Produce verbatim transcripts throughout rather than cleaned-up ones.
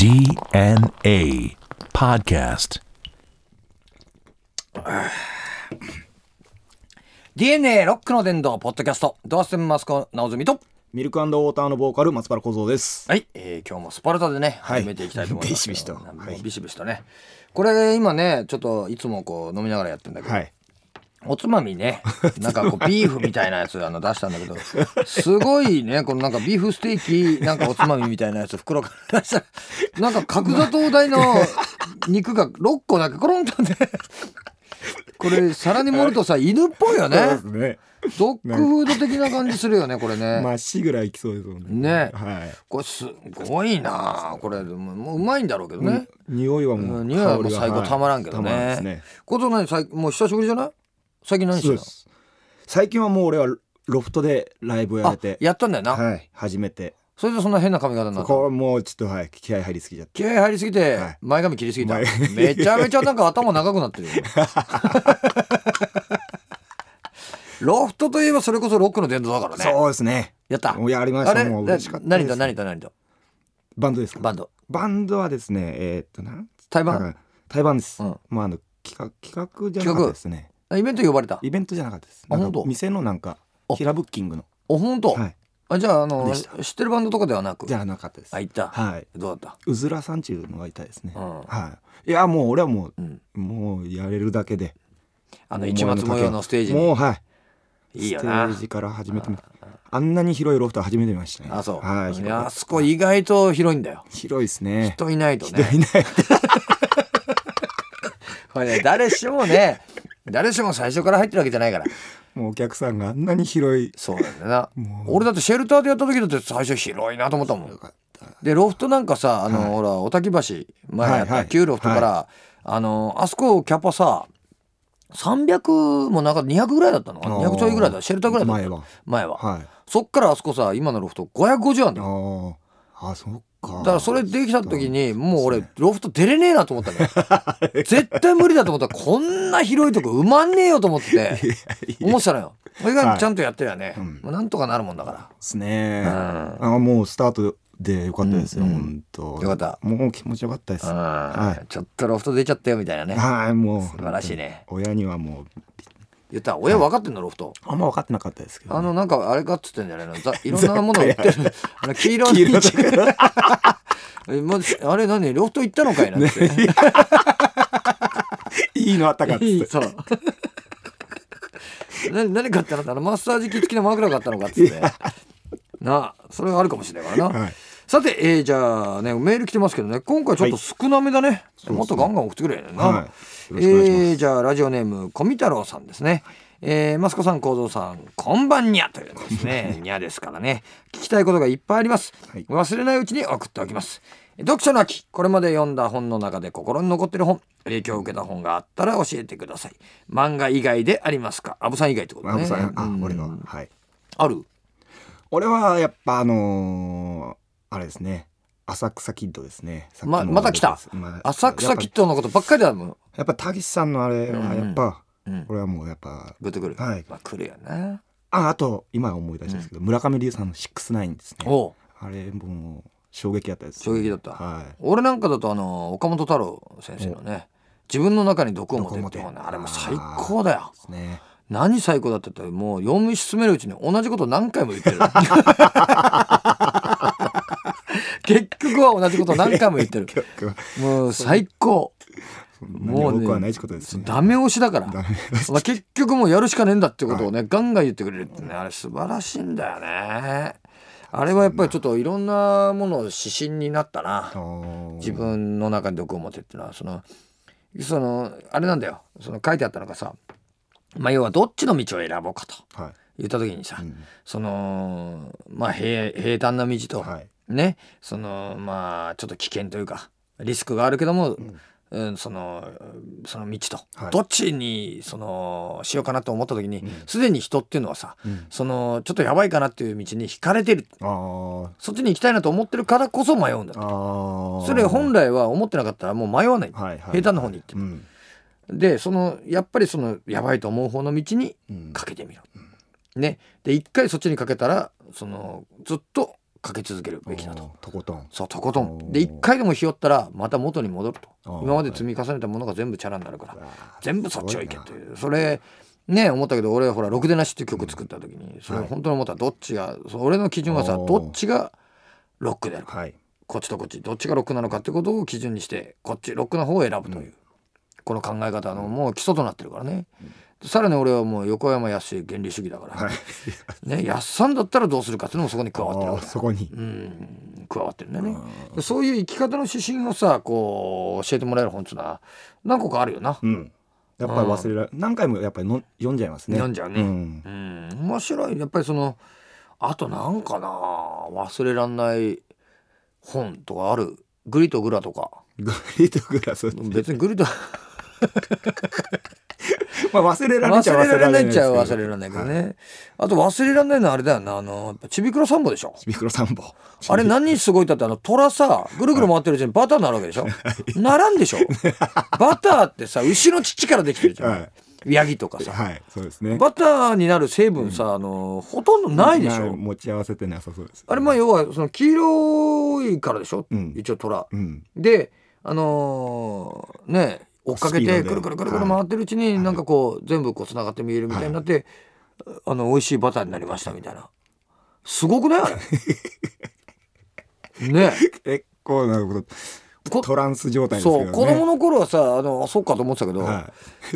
ディーエヌエー Podcast。 ディーエヌエー ロックの殿堂ポッドキャスト、ドアステンマスコ直澄と、 ミルク&ウォーターのボーカル松原小僧です。 はい、えー、今日もスパルタでね、 はい始めていきたいと思います。 ビシビシと、 もうビシビシとね、これ今ねちょっといつもこう飲みながらやってるんだけど、 はい、 おつまみね、なんかこうビーフみたいなやつあの出したんだけど、すごいね、このなんかビーフステーキなんかおつまみみたいなやつ袋から出したら、なんか角砂糖大の肉がろっこだけコロンとね、これ皿に盛るとさ、犬っぽいよね。 そうですね。 ドッグフード的な感じするよねこれね。 まあしぐらいいきそうですもんね、 はい、 これすごいなこれ。もううまいんだろうけどね、 うん、匂いはもう、 うん、匂いはもう最高たまらんけどね、 はい、たまらんですね。 こと何最もう久しぶりじゃない？最近何してるの？ 最近はもう俺はロフトでライブをやれて、 やったんだよな、 はい、初めて。 それでそんな変な髪型になったの？ これもうちょっと、はい、気合入りすぎちゃって、 気合入りすぎて、はい、前髪切りすぎた。めちゃめちゃなんか頭長くなってるよロフトといえばそれこそロックの殿堂だからね。 そうですね。 やった。 もうやりました。もう嬉しかったです。 何と何と何とバンドですか？ バンドバンドはですね、えー、っとなん対バン対バンです、 うん、 まああの企画企画じゃなかったですね。 イベント呼ばれた？ イベントじゃなかったです。 あ、本当？ 店のなんか平ブッキングの。 あ、本当？ はい。 あ、じゃあ、あの知ってるバンドとかではなく？ じゃなかったです。 あ、行った。 はい。 どうだった？ うずらさんちゅうのがいたですね、 うん、 はい。いやもう俺はもう、うん、もうやれるだけで、 あの市松模様のステージに、 もう、はい、 いいよな。 ステージから始めてみた。あんなに広いロフトは初めて見ましたね。 あ、そう。 はい。 いや、あそこ意外と広いんだよ。 広いですね。 人いないとね。 人いないこれね、誰しもね、誰しも最初から入ってるわけじゃないから。 もうお客さんがあんなに広い。 そうなんだな。俺だってシェルターでやった時だって最初広いなと思ったもん。でロフトなんかさ、あの、はい、ほら小滝橋前やった旧ロフトから、はい、あのあそこキャパささんびゃくもなかったにひゃくぐらいだったのかな。にひゃくちょいぐらいだ、シェルターぐらいだった前は前は、はい、そっからあそこさ今のロフトごひゃくごじゅうあんだよ。 ああ、そっか。 だからそれできた時にもう俺ロフト出れねえなと思ったね絶対無理だと思ったら、こんな広いとこ埋まんねえよと思ってて思ってたのよ。それがちゃんとやってりゃね、はい、うん、なんとかなるもんだからですね、うん、あ、もうスタートでよかったですよ、うんうん、本当よかった。 もう気持ちよかったです、 はい、ちょっとロフト出ちゃったよみたいなね。 はい、もう素晴らしいね。 親にはもう言った親分かってんの、ロフトあんま分かってなかったですけど、ね、 あのなんかあれかっつってんじゃないの、いろんなもの売ってるあの黄色のもうあれ何ロフト行ったのかいなって、ね、 いいのあったかっつっていい、 そう何, 何買ったの、あのマッサージ機付きの枕買ったのかっつってなあ、それがあるかもしれないからな、はい。さて、えー、じゃあねメール来てますけどね、今回ちょっと少なめだね、はい、もっとガンガン送ってくれよな、はい、えー、じゃあラジオネーム小見太郎さんですね。えー、マスコさん、幸三さん、こんばんにゃというですねにゃですからね、聞きたいことがいっぱいあります、はい、忘れないうちに送っておきます。読書の秋、これまで読んだ本の中で心に残っている本、影響を受けた本があったら教えてください。漫画以外でありますか？アブさん以外ってことね。アブさん、あ、俺は、はい、ある？俺はやっぱあのー、あれですね、浅草キッドですね。 ま, また来た、まあ、浅草キッドのことばっかりだもん。 やっぱたけしさんのあれはやっぱ、うん、これはもうやっぱグッとくる、 はい、 まあ、来るよね。 あ、あと今思い出したんですけど、うん、村上龍さんのシックスナインですね。おあれもう衝撃だったです、ね、 衝撃だった、 はい、 俺なんかだとあの岡本太郎先生のね、自分の中に毒を持てって本、ね、あれも最高だよ、ね、何最高だったって、もう読み進めるうちに同じこと何回も言ってる結局は同じこと何回も言ってるもう最高。 もうね、僕はないことですね。 ダメ押しだから、まあ、結局もうやるしかねえんだってことをね、はい、ガンガン言ってくれるってね、あれ素晴らしいんだよね。あれはやっぱりちょっといろんなもの指針になったな。自分の中に毒を持てっていうのはそのそのあれなんだよ。その書いてあったのがさ、まあ、要はどっちの道を選ぼうかと言った時にさ、はい、うん、そのまあ 平, 平坦な道と、はい、ね、そのまあちょっと危険というかリスクがあるけども、うんうん、そのその道と、はい、どっちにそのしようかなと思った時にすで、うん、に人っていうのはさ、うん、そのちょっとやばいかなっていう道に惹かれてる、あ、そっちに行きたいなと思ってるからこそ迷うんだと。それ本来は思ってなかったらもう迷わない、はいはいはい、平坦な方に行ってる、うん、でそのやっぱりそのやばいと思う方の道にかけてみろ、うん、ね、で一回そっちにかけたらそのずっとかけ続けるべきだと。 とことん。 そうとことんでいっかいでもひよったらまた元に戻ると。今まで積み重ねたものが全部チャラになるから全部そっちをいけという。それね思ったけど俺ほらろくでなしっていう曲作った時にそれ本当に思った。どっちが俺の基準はさどっちがロックであるか、はい、こっちとこっちどっちがロックなのかってことを基準にしてこっちロックの方を選ぶという、うん、この考え方のもう基礎となってるからね、うん、さらに俺はもう横山やすし原理主義だから、はいね、やっさんだったらどうするかっていうのもそこに加わってるからそこに、 うん、加わってるんだよね。そういう生き方の指針をさこう教えてもらえる本っていうのは何個かあるよな、うん、 やっぱり忘れられ、うん、何回もやっぱりの読んじゃいますね。 読んじゃうね、うんうん、面白い。やっぱりそのあとなんかな忘れらんない本とかある。グリとグラとか。 グリとグラそう別にグリとまあ忘れられちゃ忘れられないっちゃ忘れられないけどね、はい、あと忘れられないのはあれだよなあのちびくろさんぼでしょ。 ちびくろさんぼあれ何すごいだってあの虎さぐるぐる回ってるうちにバターになるわけでしょ、はい、ならんでしょバターってさ牛の乳からできてるじゃん、はいヤギとかさ、 はい、そうですね。 バターになる成分さ、うん、あのほとんどないでしょ。 持ち合わせてなさそうです、ね、 あれまあ要はその黄色いからでしょ、うん、一応虎、うん、であのー、ね追っかけてくるくるくるくる回ってるうちになんかこう全部こうつながって見えるみたいになって、はい、あの美味しいバターになりましたみたいな。すごくないあれね結構なことトランス状態ですけどね。 そう子供の頃はさあのそっかと思ってたけど、はい、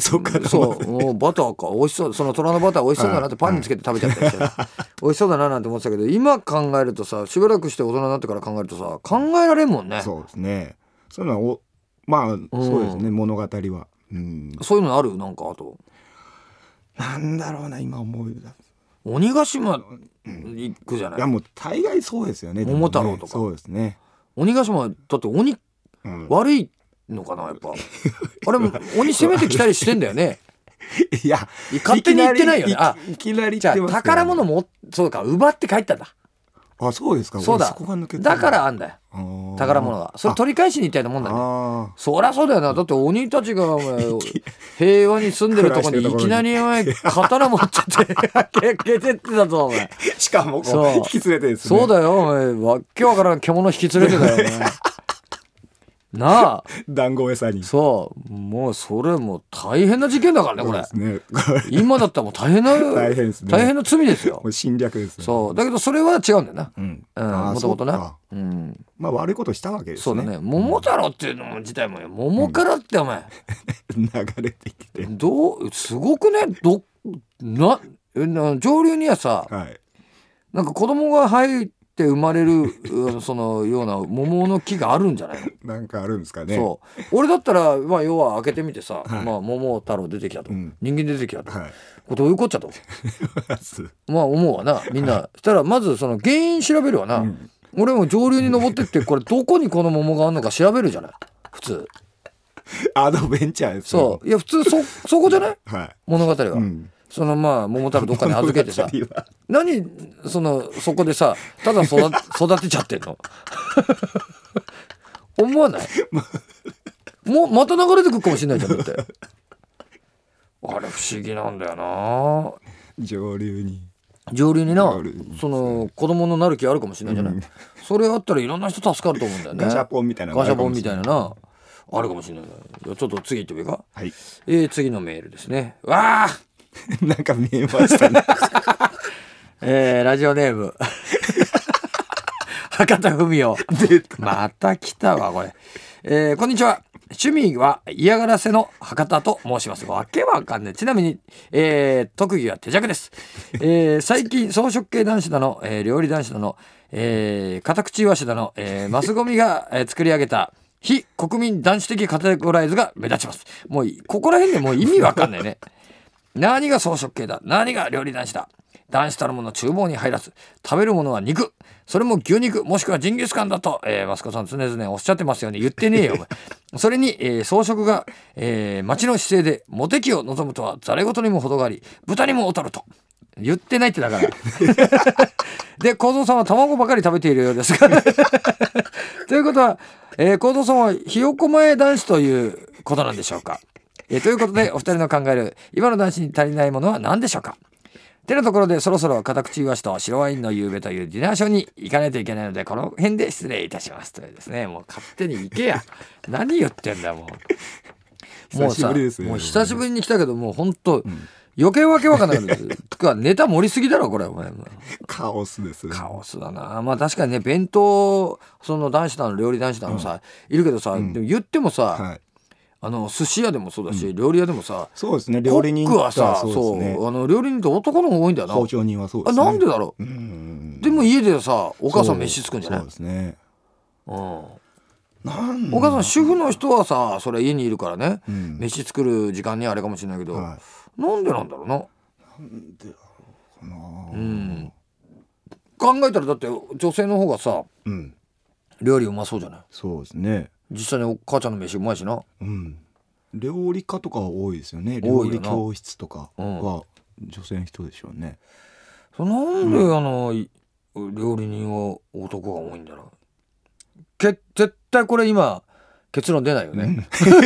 そっかと思ってそうもうバターか美味しそうその虎のバター美味しそうだなってパンにつけて食べちゃったりして、はい、美味しそうだななんて思ってたけど今考えるとさしばらくして大人になってから考えるとさ考えられんもんね。 そうですね。そういうのはおまあ、うん、そうですね物語は、うん、 そういうのあるなんかあとなんだろうな今思い出す鬼ヶ島行くじゃない、 いやもう大概そうですよね。 桃太郎とか、ね、 そうですね。 鬼ヶ島だって鬼うん、悪いのかなやっぱあれ鬼攻めてきたりしてんだよねいや勝手に言ってないよね。あいきなりじゃあ宝物もそうか奪って帰ったんだ。 あそうですか。 そうだそこが抜けてだからあんだよ宝物がそれ取り返しに行ったようなもんだね。そりゃそうだよな。だって鬼たちが平和に住んでるとこにいきなり刀持っちゃって開けてってたぞお前。 しかもそう引き連れてですね。そうだよお前わっけわからん獣引き連れてたよねなあ団子餌に。 そうもうそれもう大変な事件だからねこれ。 そうですね今だったらもう大変な大変ですね。大変な罪ですよ。 もう侵略ですね。 そうだけどそれは違うんだよな。うんもともとな。 うん、まあ悪いことしたわけですね。 そうだね。桃太郎っていうの自体もよ桃からってお前、 うん、流れてきてどうすごくねどな上流にはさ、はい、なんか子供が入ってって生まれるそのような桃の木があるんじゃないのなんかあるんですかね。 そう俺だったら、まあ、要は開けてみてさ、はいまあ、桃太郎出てきたと、うん、人間出てきたと、はい、これどういうこっちゃとまあ思うわなみんな、はい、したらまずその原因調べるわな、うん、俺も上流に登ってってこれどこにこの桃があるのか調べるじゃない普通アドベンチャーですよ。そういや普通 そ, そこじゃない、はい、物語は、うんそのまあ桃太郎どっかに預けてさ何そのそこでさただ 育, 育てちゃってんの思わないもうまた流れてくるかもしれないじゃんだってあれ不思議なんだよな上流に上流になその子供のなる気あるかもしれないじゃない、うん、それあったらいろんな人助かると思うんだよね。 ガシャポンみたいなガシャポンみたいななあるかもしれない。ちょっと次行ってみようか、はいえー、次のメールですね。わあなんか見えましたね、 えー、ラジオネーム博多文雄また来たわこれ、えー、こんにちは。趣味は嫌がらせの博多と申します。わけわかんねえ。ちなみに、えー、特技は手酌です、えー、最近装飾系男子だの、えー、料理男子だの、えー、片口イワシだの、えー、マスゴミが、えー、作り上げた非国民男子的カテゴライズが目立ちます。もうここら辺でもう意味わかんないね何が装飾系だ何が料理男子だ。男子たるもの厨房に入らず食べるものは肉それも牛肉もしくはジンギスカンだと、えー、マスコさん常々おっしゃってますよね。言ってねえよお前それに、えー、装飾が、えー、町の姿勢でモテ期を望むとはざれ言にも程があり豚にも劣ると言ってないってだからで幸三さんは卵ばかり食べているようですがということは、えー、幸三さんはひよこ前男子ということなんでしょうか。えー、ということでお二人の考える今の男子に足りないものは何でしょうか。 てなところでそろそろ片口イワシと白ワインの夕べというディナーショーに行かないといけないのでこの辺で失礼いたしますというですね。もう勝手に行けや何言ってんだもうもうさ、もう久しぶりに来たけどもうほんと、うん、余計わけわかんないとかネタ盛りすぎだろこれお前。 カオスですね。 カオスだな。まあ確かにね弁当その男子だの料理男子だのさ、うん、いるけどさ、うん、でも言ってもさ、はい、あの寿司屋でもそうだし、うん、料理屋でもさ、 そうですね、料理人コックはさ、そう、ね、そうあの料理人って男の方が多いんだよな。 包丁人はそうですね。 あなんでだろう。うんでも家でさお母さん飯作るんじゃない。 そうですね。 うん。なんお母さん主婦の人はさそれ家にいるからね、うん、飯作る時間にあれかもしれないけど、はい、なんでなんだろうな。 なんでだろうかな。 うん。考えたらだって女性の方がさ、うん、料理うまそうじゃない。 そうですね。 実際にお母ちゃんの飯うまいしな。 うん。料理家とかは多いですよね。料理教室とかは女性の人でしょうね。 うん、なんで、うん、あの料理人は男が多いんだろう。け絶対これ今結論出ないよね。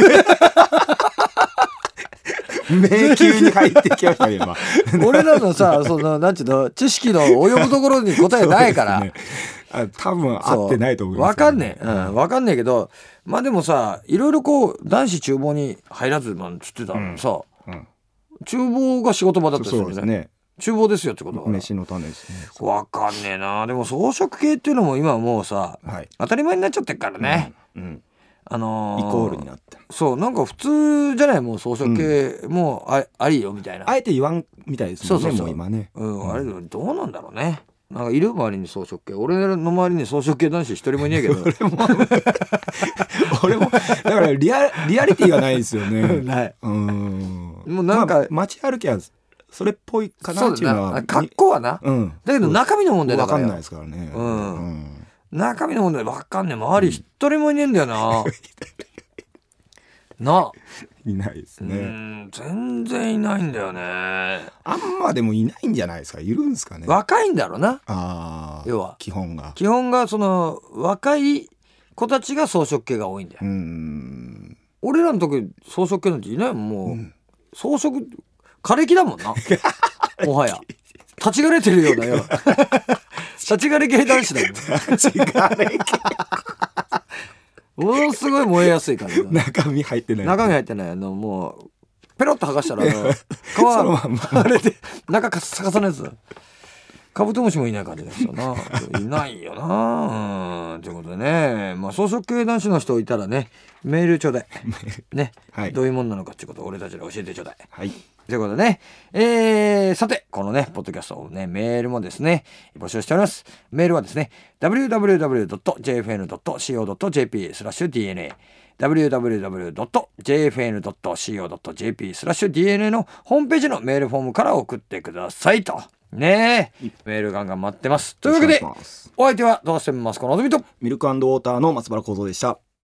うん、迷宮に入ってきましたね今。 俺らのさそのなんちゅうの知識の及ぶところに答えないから。 ね、あ多分合ってないと思います、 ね。分かんねえ、うん、分かんねえけどまあでもさいろいろこう男子厨房に入らずなんつってたのさ、うんうん、厨房が仕事場だったりするんですね。厨房ですよってことは飯の種ですね。 分かんねえな。でも装飾系っていうのも今もうさ、はい、当たり前になっちゃってるからね、うんうん、あのー、 イコールになってそうなんか普通じゃないもう装飾系、うん、もう あ, ありよみたいなあえて言わんみたいですもんね。そうそうそうもう今ね、 うん、あれどうなんだろうね。なんかいる周りに装飾系。俺の周りに装飾系男子一人もいねえけど俺も俺もだからリ ア, リアリティがないですよね。 ないうんもうなんか、まあ、 街歩きはそれっぽいかなっていうのは格好はな、うん、だけど中身の問題だから分かんないですからね、うんうん、中身の問題分かんねえ。周り一人もいねえんだよな、うん、ないないですね。 うん全然いないんだよね。 あんまでもいないんじゃないですか。いるんですかね。 若いんだろうな。 あ要は基本が基本がその若い子たちが装飾系が多いんだよ。 うん俺らの時装飾系なんていないもん。もう、うん、装飾枯れ木だもんなもはや立ち枯れてるようなよ立ち枯れ系男子だもん。 立ち枯れ系ものすごい燃えやすい感じだ。 中身入ってない。 中身入ってない。あのもうペロッと剥がしたら皮あれで中カッサカサのやつ。カブトムシもいない感じですよな。いないよな。うんということでね、まあ装飾系男子の人いたらねメールちょうだいね、はい、どういうもんなのかっていうことを俺たちに教えてちょうだい。 はいということでね、えー、さてこのねポッドキャストをねメールもですね募集しております。メールはですね ダブリューダブリューダブリュードットジェイエフエヌドットシーオードットジェーピー スラッシュ ディーエヌエー ダブリューダブリューダブリュードットジェイエフエヌドットシーオードットジェーピー スラッシュ ディーエヌエー のホームページのメールフォームから送ってくださいとねえメールガンガン待ってます。というわけでお相手はどうせマスコのぞみとミルク&ウォーターの松原幸三でした。